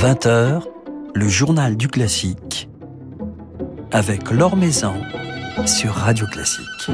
20h, le journal du classique avec Laure Maison sur Radio Classique.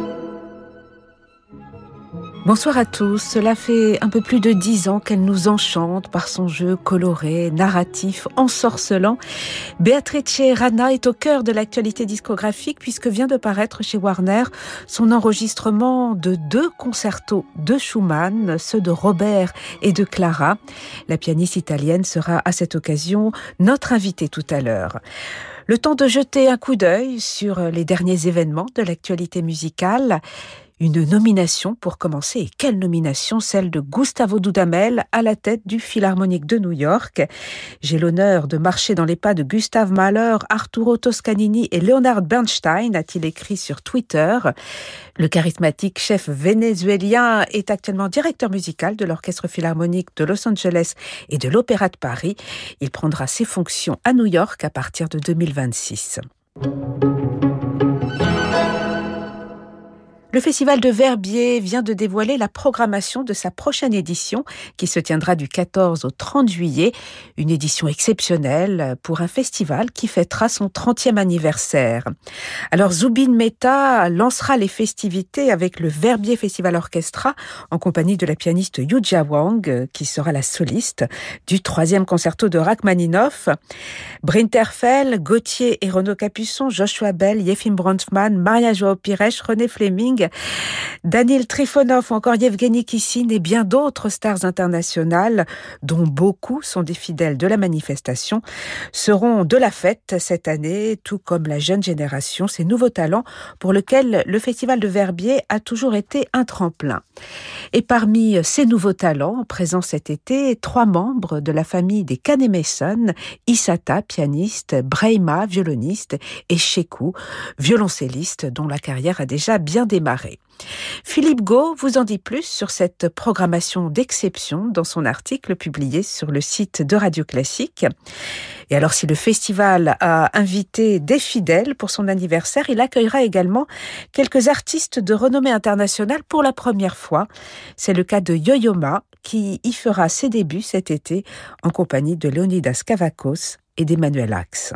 Bonsoir à tous. Cela fait un peu plus de 10 ans qu'elle nous enchante par son jeu coloré, narratif, ensorcelant. Beatrice Rana est au cœur de l'actualité discographique puisque vient de paraître chez Warner son enregistrement de 2 concertos de Schumann, ceux de Robert et de Clara. La pianiste italienne sera à cette occasion notre invitée tout à l'heure. Le temps de jeter un coup d'œil sur les derniers événements de l'actualité musicale. Une nomination pour commencer, et quelle nomination, celle de Gustavo Dudamel à la tête du Philharmonique de New York. J'ai l'honneur de marcher dans les pas de Gustav Mahler, Arturo Toscanini et Leonard Bernstein, a-t-il écrit sur Twitter. Le charismatique chef vénézuélien est actuellement directeur musical de l'Orchestre Philharmonique de Los Angeles et de l'Opéra de Paris. Il prendra ses fonctions à New York à partir de 2026. Le Festival de Verbier vient de dévoiler la programmation de sa prochaine édition qui se tiendra du 14 au 30 juillet. Une édition exceptionnelle pour un festival qui fêtera son 30e anniversaire. Alors Zubin Mehta lancera les festivités avec le Verbier Festival Orchestra en compagnie de la pianiste Yuja Wang qui sera la soliste du 3e concerto de Rachmaninoff. Brinterfell, Gauthier et Renaud Capuçon, Joshua Bell, Yefim Bronfman, Maria Joao Pires, René Fleming, Daniil Trifonov ou encore Yevgeny Kissin et bien d'autres stars internationales, dont beaucoup sont des fidèles de la manifestation, seront de la fête cette année, tout comme la jeune génération, ces nouveaux talents pour lesquels le Festival de Verbier a toujours été un tremplin. Et parmi ces nouveaux talents présents cet été, 3 membres de la famille des Kanemason, Isata, pianiste, Breima, violoniste et Sheku, violoncelliste dont la carrière a déjà bien démarré. Philippe Gau vous en dit plus sur cette programmation d'exception dans son article publié sur le site de Radio Classique. Et alors, si le festival a invité des fidèles pour son anniversaire, il accueillera également quelques artistes de renommée internationale pour la première fois. C'est le cas de Yo-Yo Ma, qui y fera ses débuts cet été en compagnie de Leonidas Kavakos et d'Emmanuel Ax.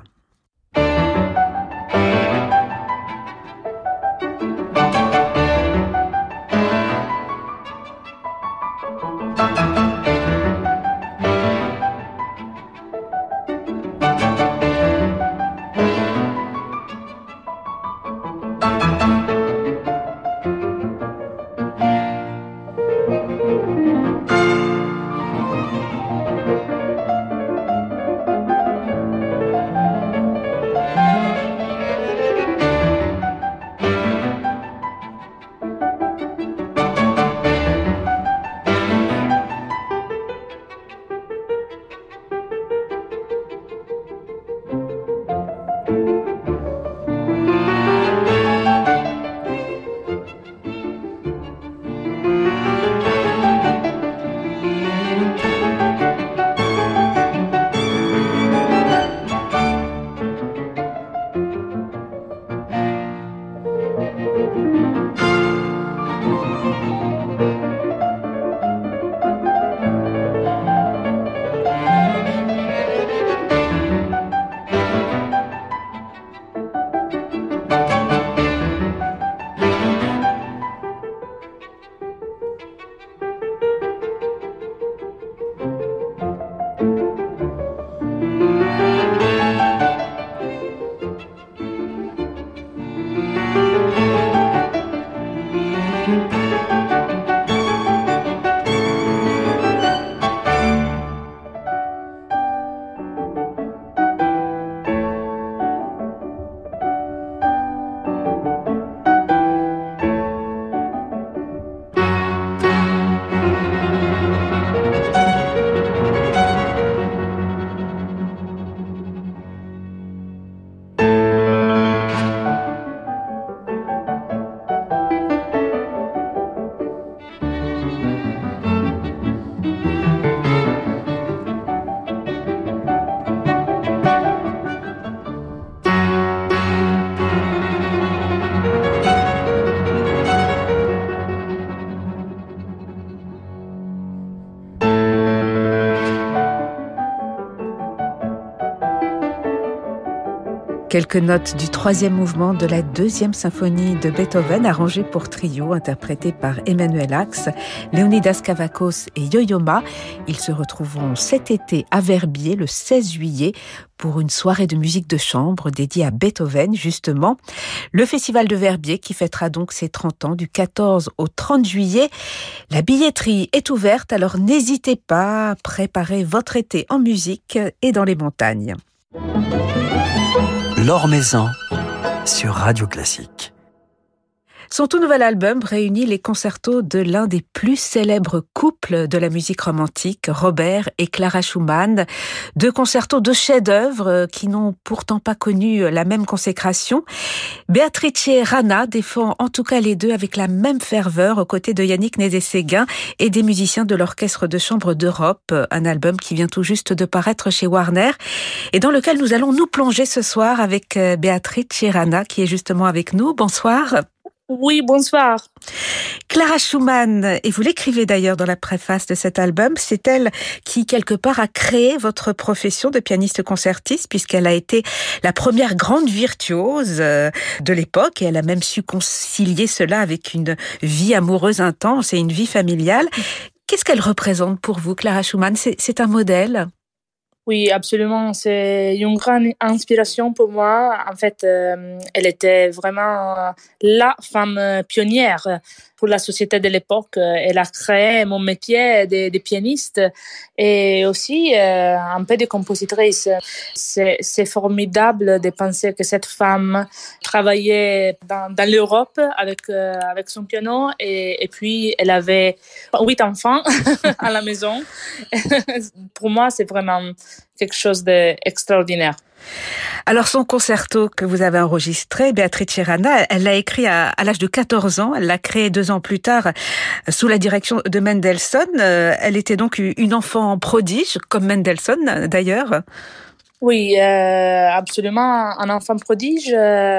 Quelques notes du troisième mouvement de la deuxième symphonie de Beethoven, arrangée pour trio, interprétée par Emmanuel Ax, Leonidas Kavakos et Yo-Yo Ma. Ils se retrouveront cet été à Verbier, le 16 juillet, pour une soirée de musique de chambre dédiée à Beethoven, justement. Le Festival de Verbier qui fêtera donc ses 30 ans du 14 au 30 juillet. La billetterie est ouverte, alors n'hésitez pas à préparer votre été en musique et dans les montagnes. Laure Maison sur Radio Classique. Son tout nouvel album réunit les concertos de l'un des plus célèbres couples de la musique romantique, Robert et Clara Schumann. Deux concertos de chefs-d'œuvre qui n'ont pourtant pas connu la même consécration. Beatrice Rana défend en tout cas les deux avec la même ferveur aux côtés de Yannick Nézet-Séguin et des musiciens de l'Orchestre de chambre d'Europe. Un album qui vient tout juste de paraître chez Warner et dans lequel nous allons nous plonger ce soir avec Beatrice Rana qui est justement avec nous. Bonsoir. Oui, bonsoir. Clara Schumann, et vous l'écrivez d'ailleurs dans la préface de cet album, c'est elle qui, quelque part, a créé votre profession de pianiste concertiste, puisqu'elle a été la première grande virtuose de l'époque, et elle a même su concilier cela avec une vie amoureuse intense et une vie familiale. Qu'est-ce qu'elle représente pour vous, Clara Schumann ? C'est un modèle ? Oui, absolument. C'est une grande inspiration pour moi. En fait, elle était vraiment la femme pionnière pour la société de l'époque. Elle a créé mon métier de pianiste et aussi un peu de compositrice. C'est formidable de penser que cette femme travaillait dans l'Europe avec son piano et puis elle avait 8 enfants à la maison. Pour moi, c'est vraiment quelque chose d'extraordinaire. Alors son concerto que vous avez enregistré, Beatrice Rana, elle l'a écrit à l'âge de 14 ans, elle l'a créé 2 ans plus tard sous la direction de Mendelssohn. Elle était donc une enfant prodige, comme Mendelssohn d'ailleurs. Oui, absolument, un enfant prodige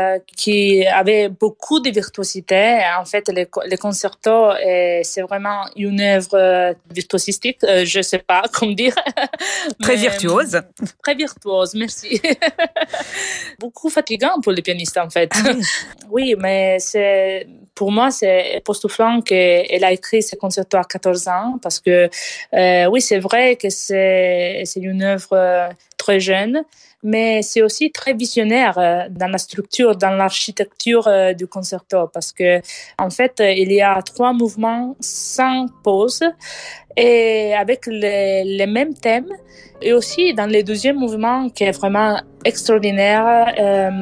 qui avait beaucoup de virtuosité. En fait, les concertos, c'est vraiment une œuvre virtuosistique, je sais pas comment dire. Très virtuose. Très virtuose, merci. Beaucoup fatigant pour les pianistes, en fait. Ah oui. Oui, mais pour moi, c'est époustouflant qu'elle a écrit ce concerto à 14 ans parce que, oui, c'est vrai que c'est une œuvre très jeune, mais c'est aussi très visionnaire dans la structure, dans l'architecture du concerto, parce que en fait, il y a 3 mouvements sans pause et avec les mêmes thèmes. Et aussi, dans le deuxième mouvement, qui est vraiment extraordinaire,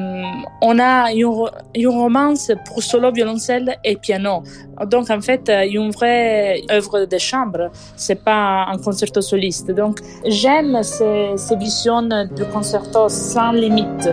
on a une romance pour solo, violoncelle et piano. Donc, en fait, une vraie œuvre de chambre. C'est pas un concerto soliste. Donc, j'aime ces visions du concerto sans limite.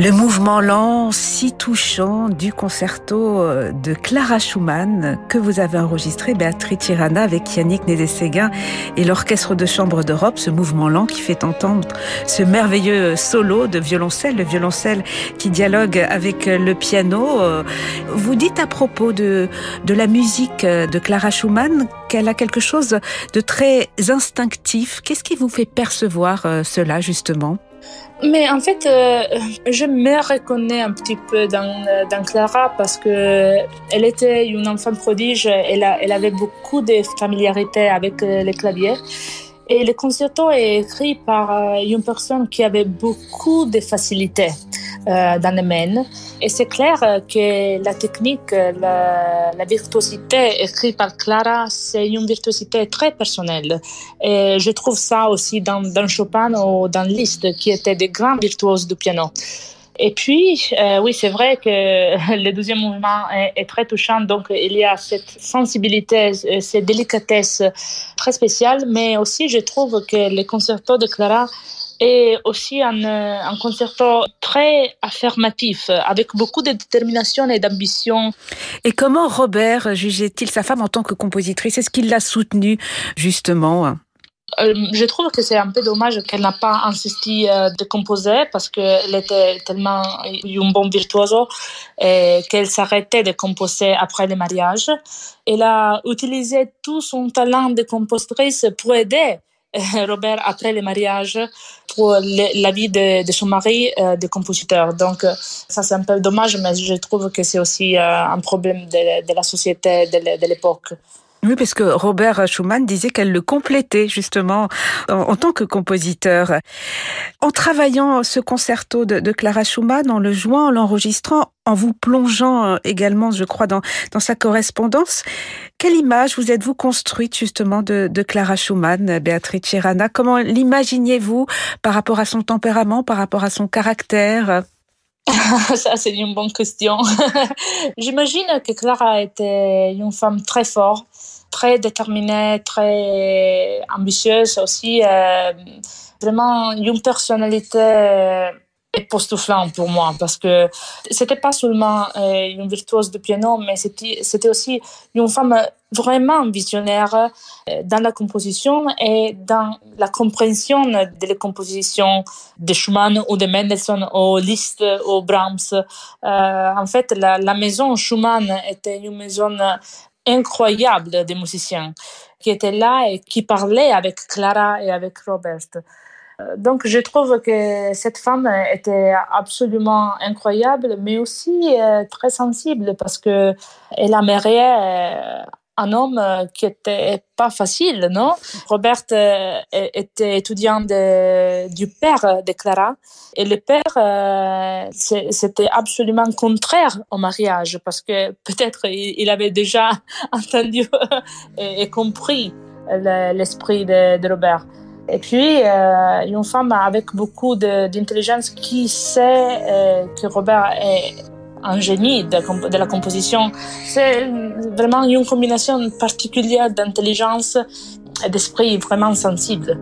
Le mouvement lent, si touchant du concerto de Clara Schumann que vous avez enregistré, Béatrice Tirana, avec Yannick Nédé-Séguin et l'Orchestre de Chambre d'Europe, ce mouvement lent qui fait entendre ce merveilleux solo de violoncelle, le violoncelle qui dialogue avec le piano. Vous dites à propos de la musique de Clara Schumann qu'elle a quelque chose de très instinctif. Qu'est-ce qui vous fait percevoir cela, justement ? Mais en fait, je me reconnais un petit peu dans Clara parce que elle était une enfant prodige. Elle avait beaucoup de familiarité avec les claviers. Et le concerto est écrit par une personne qui avait beaucoup de facilité dans le domaine. Et c'est clair que la technique, la virtuosité écrite par Clara, c'est une virtuosité très personnelle. Et je trouve ça aussi dans Chopin ou dans Liszt, qui étaient des grands virtuoses du piano. Et puis, oui, c'est vrai que le deuxième mouvement est très touchant, donc il y a cette sensibilité, cette délicatesse très spéciale, mais aussi je trouve que le concerto de Clara est aussi un concerto très affirmatif, avec beaucoup de détermination et d'ambition. Et comment Robert jugeait-il sa femme en tant que compositrice ? Est-ce qu'il l'a soutenue, justement ? Je trouve que c'est un peu dommage qu'elle n'a pas insisté de composer parce qu'elle était tellement une bonne virtuoso et qu'elle s'arrêtait de composer après le mariage. Elle a utilisé tout son talent de compositrice pour aider Robert après le mariage pour la vie de son mari de compositeur. Donc ça c'est un peu dommage, mais je trouve que c'est aussi un problème de la société de l'époque. Oui, parce que Robert Schumann disait qu'elle le complétait justement en tant que compositeur. En travaillant ce concerto de Clara Schumann, en le jouant, en l'enregistrant, en vous plongeant également, je crois, dans sa correspondance, quelle image vous êtes-vous construite justement de Clara Schumann, Béatrice Tirana ? Comment l'imaginiez-vous par rapport à son tempérament, par rapport à son caractère ? Ça, c'est une bonne question. J'imagine que Clara était une femme très forte, très déterminée, très ambitieuse aussi. Vraiment une personnalité époustouflante pour moi parce que c'était pas seulement une virtuose de piano, mais c'était aussi une femme vraiment visionnaire dans la composition et dans la compréhension de la composition de Schumann ou de Mendelssohn ou Liszt ou Brahms. En fait, la maison Schumann était une maison incroyable de musiciens qui étaient là et qui parlaient avec Clara et avec Robert. Donc, je trouve que cette femme était absolument incroyable, mais aussi très sensible parce que elle a marié un homme qui était pas facile, non? Robert était étudiant du père de Clara et le père c'était absolument contraire au mariage parce que peut-être il avait déjà entendu et compris l'esprit de Robert. Et puis, une femme avec beaucoup d'intelligence qui sait que Robert est un génie de la composition. C'est vraiment une combinaison particulière d'intelligence et d'esprit vraiment sensible.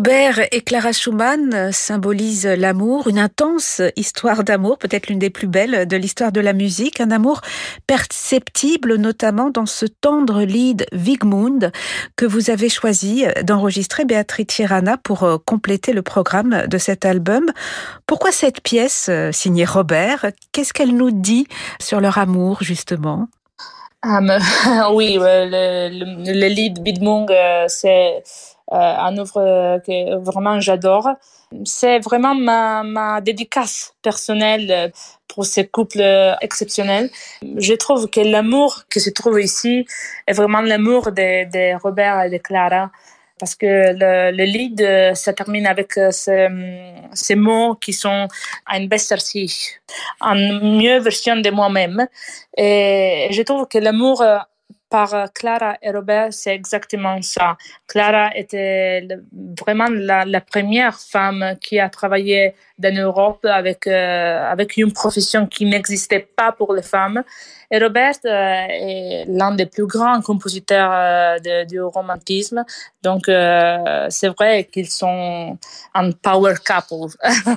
Robert et Clara Schumann symbolisent l'amour, une intense histoire d'amour, peut-être l'une des plus belles de l'histoire de la musique, un amour perceptible notamment dans ce tendre lied Wigmund que vous avez choisi d'enregistrer, Beatrice Rana, pour compléter le programme de cet album. Pourquoi cette pièce signée Robert? Qu'est-ce qu'elle nous dit sur leur amour, justement? Oui, le lied Wigmund, c'est un œuvre que vraiment j'adore. C'est vraiment ma dédicace personnelle pour ce couple exceptionnel. Je trouve que l'amour qui se trouve ici est vraiment l'amour de Robert et de Clara. Parce que le lead, ça termine avec ces mots qui sont ein besser sich, une mieux version de moi-même. Et je trouve que l'amour par Clara et Robert, c'est exactement ça. Clara était vraiment la première femme qui a travaillé dans l'Europe avec une profession qui n'existait pas pour les femmes. Et Robert est l'un des plus grands compositeurs du romantisme. Donc, c'est vrai qu'ils sont un power couple.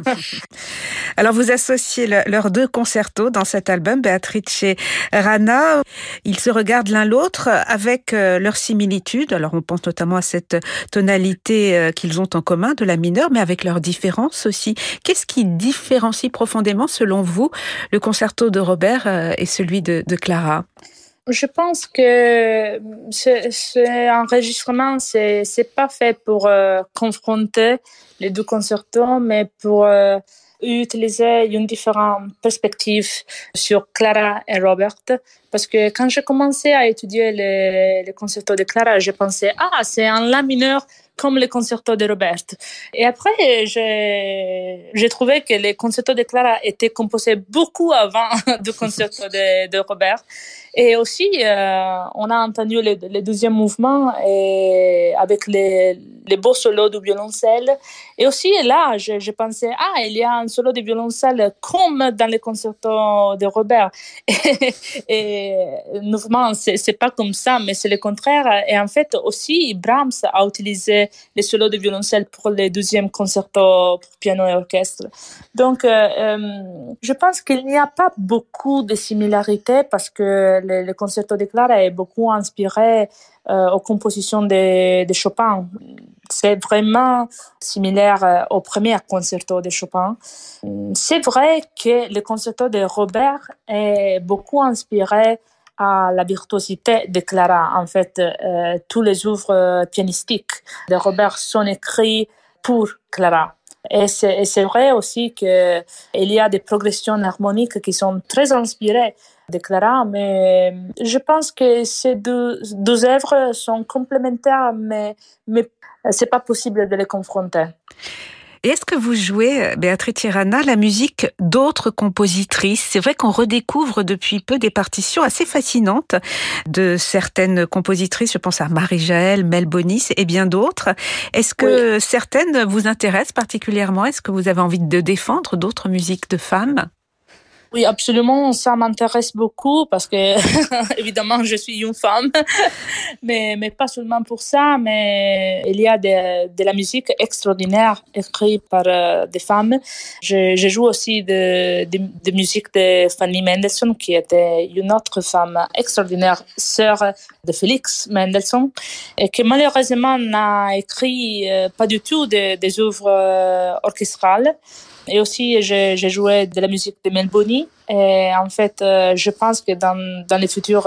Alors, vous associez leurs deux concertos dans cet album, Beatrice Rana. Ils se regardent l'un l'autre avec leurs similitudes. Alors, on pense notamment à cette tonalité qu'ils ont en commun de la mineure, mais avec leurs différences aussi. Qu'est-ce qui différencie profondément, selon vous, le concerto de Robert et celui de Clara? Je pense que ce enregistrement, c'est pas fait pour confronter les deux concertos, mais pour utiliser une différente perspective sur Clara et Robert. Parce que quand j'ai commencé à étudier les concertos de Clara, j'ai pensé, c'est un la mineur comme les concertos de Robert. Et après, j'ai trouvé que les concertos de Clara étaient composés beaucoup avant du concerto de Robert. Et aussi, on a entendu le deuxième mouvement et avec les beaux solos du violoncelle. Et aussi, là, je pensais, il y a un solo de violoncelle comme dans les concertos de Robert. Et mouvement, c'est pas comme ça, mais c'est le contraire. Et en fait, aussi, Brahms a utilisé les solos de violoncelle pour le deuxième concerto pour piano et orchestre. Donc, je pense qu'il n'y a pas beaucoup de similarités parce que le concerto de Clara est beaucoup inspiré aux compositions de Chopin. C'est vraiment similaire au premier concerto de Chopin. C'est vrai que le concerto de Robert est beaucoup inspiré à la virtuosité de Clara. En fait, tous les œuvres pianistiques de Robert sont écrites pour Clara. Et c'est vrai aussi qu'il y a des progressions harmoniques qui sont très inspirées de Clara, mais je pense que ces deux œuvres sont complémentaires, mais c'est pas possible de les confronter. Et est-ce que vous jouez, Beatrice Rana, la musique d'autres compositrices? C'est vrai qu'on redécouvre depuis peu des partitions assez fascinantes de certaines compositrices. Je pense à Marie-Jaël, Mel Bonis et bien d'autres. Est-ce que certaines vous intéressent particulièrement? Est-ce que vous avez envie de défendre d'autres musiques de femmes? Oui, absolument, ça m'intéresse beaucoup parce que, évidemment, je suis une femme, mais pas seulement pour ça, mais il y a de la musique extraordinaire écrite par des femmes. Je joue aussi de musique de Fanny Mendelssohn, qui était une autre femme extraordinaire, sœur de Félix Mendelssohn, et qui malheureusement n'a écrit pas du tout des œuvres orchestrales. Et aussi, j'ai joué de la musique de Mel Bonis. Et en fait, je pense que dans le futur,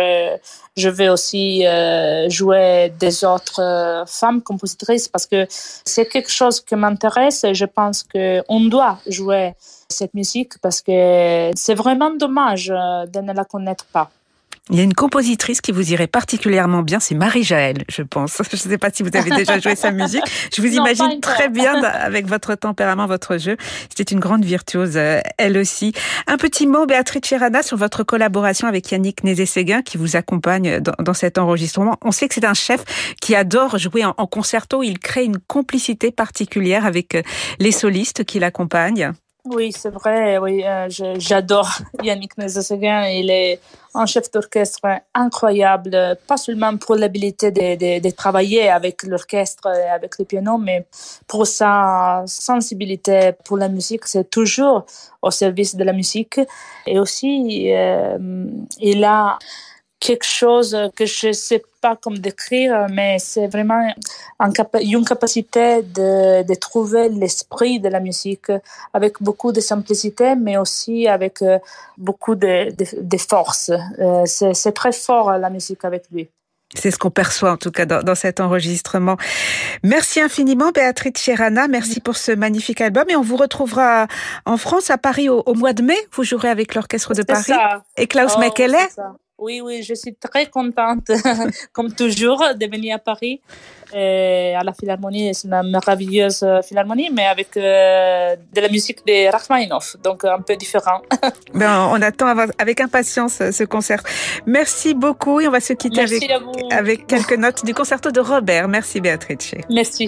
je vais aussi jouer des autres femmes compositrices parce que c'est quelque chose qui m'intéresse et je pense qu'on doit jouer cette musique parce que c'est vraiment dommage de ne la connaître pas. Il y a une compositrice qui vous irait particulièrement bien, c'est Marie-Jaël, je pense. Je ne sais pas si vous avez déjà joué sa musique. Je vous imagine très bien avec votre tempérament, votre jeu. C'était une grande virtuose, elle aussi. Un petit mot, Beatrice Rana, sur votre collaboration avec Yannick Nézet-Séguin qui vous accompagne dans cet enregistrement. On sait que c'est un chef qui adore jouer en concerto. Il crée une complicité particulière avec les solistes qui l'accompagnent. Oui, c'est vrai. Oui, j'adore Yannick Nézet-Séguin. Il est un chef d'orchestre incroyable, pas seulement pour l'habilité de travailler avec l'orchestre et avec le piano, mais pour sa sensibilité pour la musique. C'est toujours au service de la musique. Et aussi, il a quelque chose que je ne sais pas comment décrire, mais c'est vraiment une capacité de trouver l'esprit de la musique avec beaucoup de simplicité, mais aussi avec beaucoup de force. C'est très fort la musique avec lui. C'est ce qu'on perçoit en tout cas dans cet enregistrement. Merci infiniment Beatrice Cherana, merci pour ce magnifique album et on vous retrouvera en France, à Paris au mois de mai. Vous jouerez avec l'Orchestre de Paris ça. Et Klaus Mekele. Oui, je suis très contente, comme toujours, de venir à Paris. À la Philharmonie, c'est une merveilleuse Philharmonie, mais avec de la musique de Rachmaninoff, donc un peu différent. On attend avec impatience ce concert. Merci beaucoup et on va se quitter avec quelques notes du concerto de Robert. Merci Beatrice. Merci.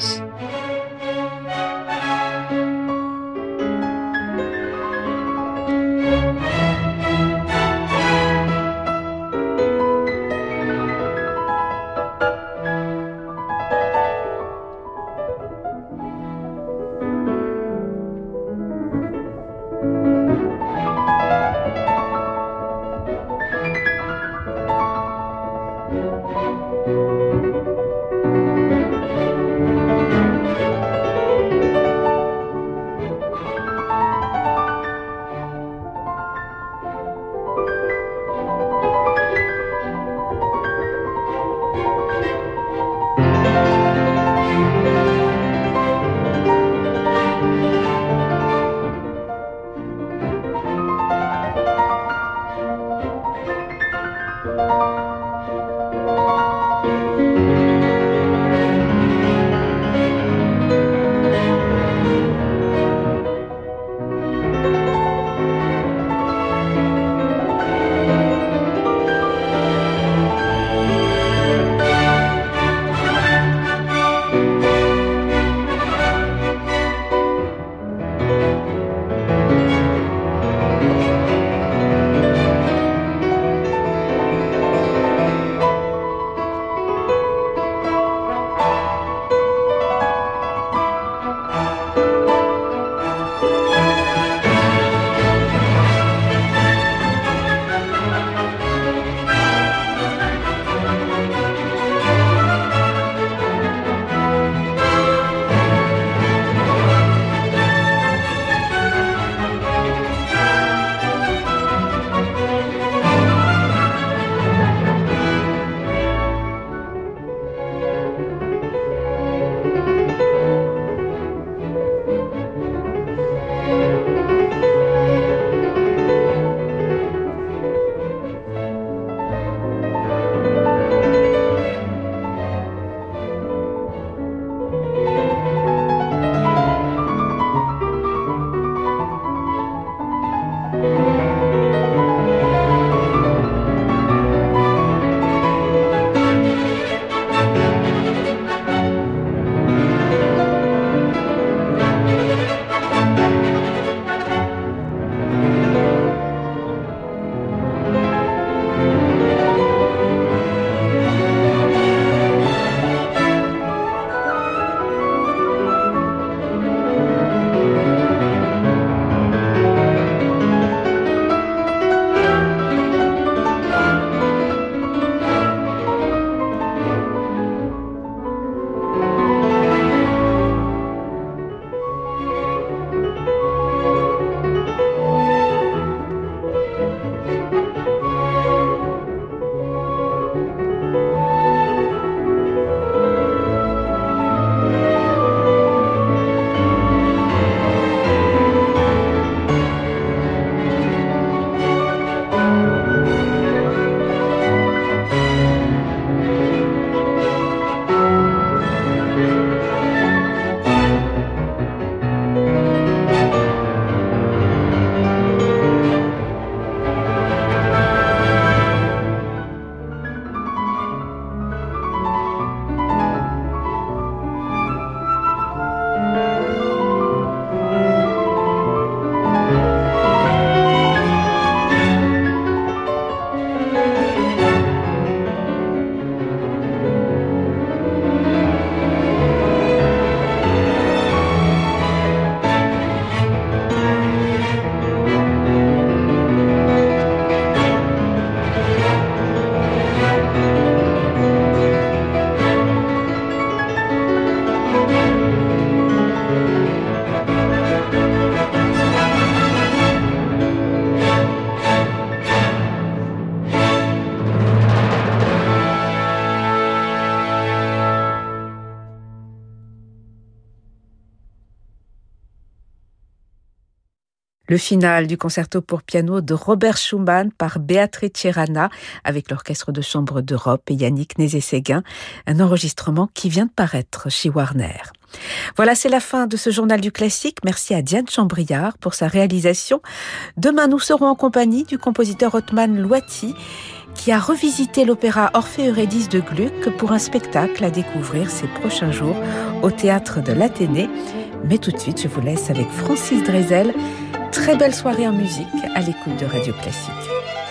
Le final du concerto pour piano de Robert Schumann par Beatrice Rana avec l'Orchestre de chambre d'Europe et Yannick Nézet-Séguin, un enregistrement qui vient de paraître chez Warner. Voilà, c'est la fin de ce journal du classique. Merci à Diane Chambriard pour sa réalisation. Demain, nous serons en compagnie du compositeur Othman Louati qui a revisité l'opéra Orphée Eurydice de Gluck pour un spectacle à découvrir ces prochains jours au Théâtre de l'Athénée. Mais tout de suite, je vous laisse avec Francis Drezel. Très belle soirée en musique à l'écoute de Radio Classique.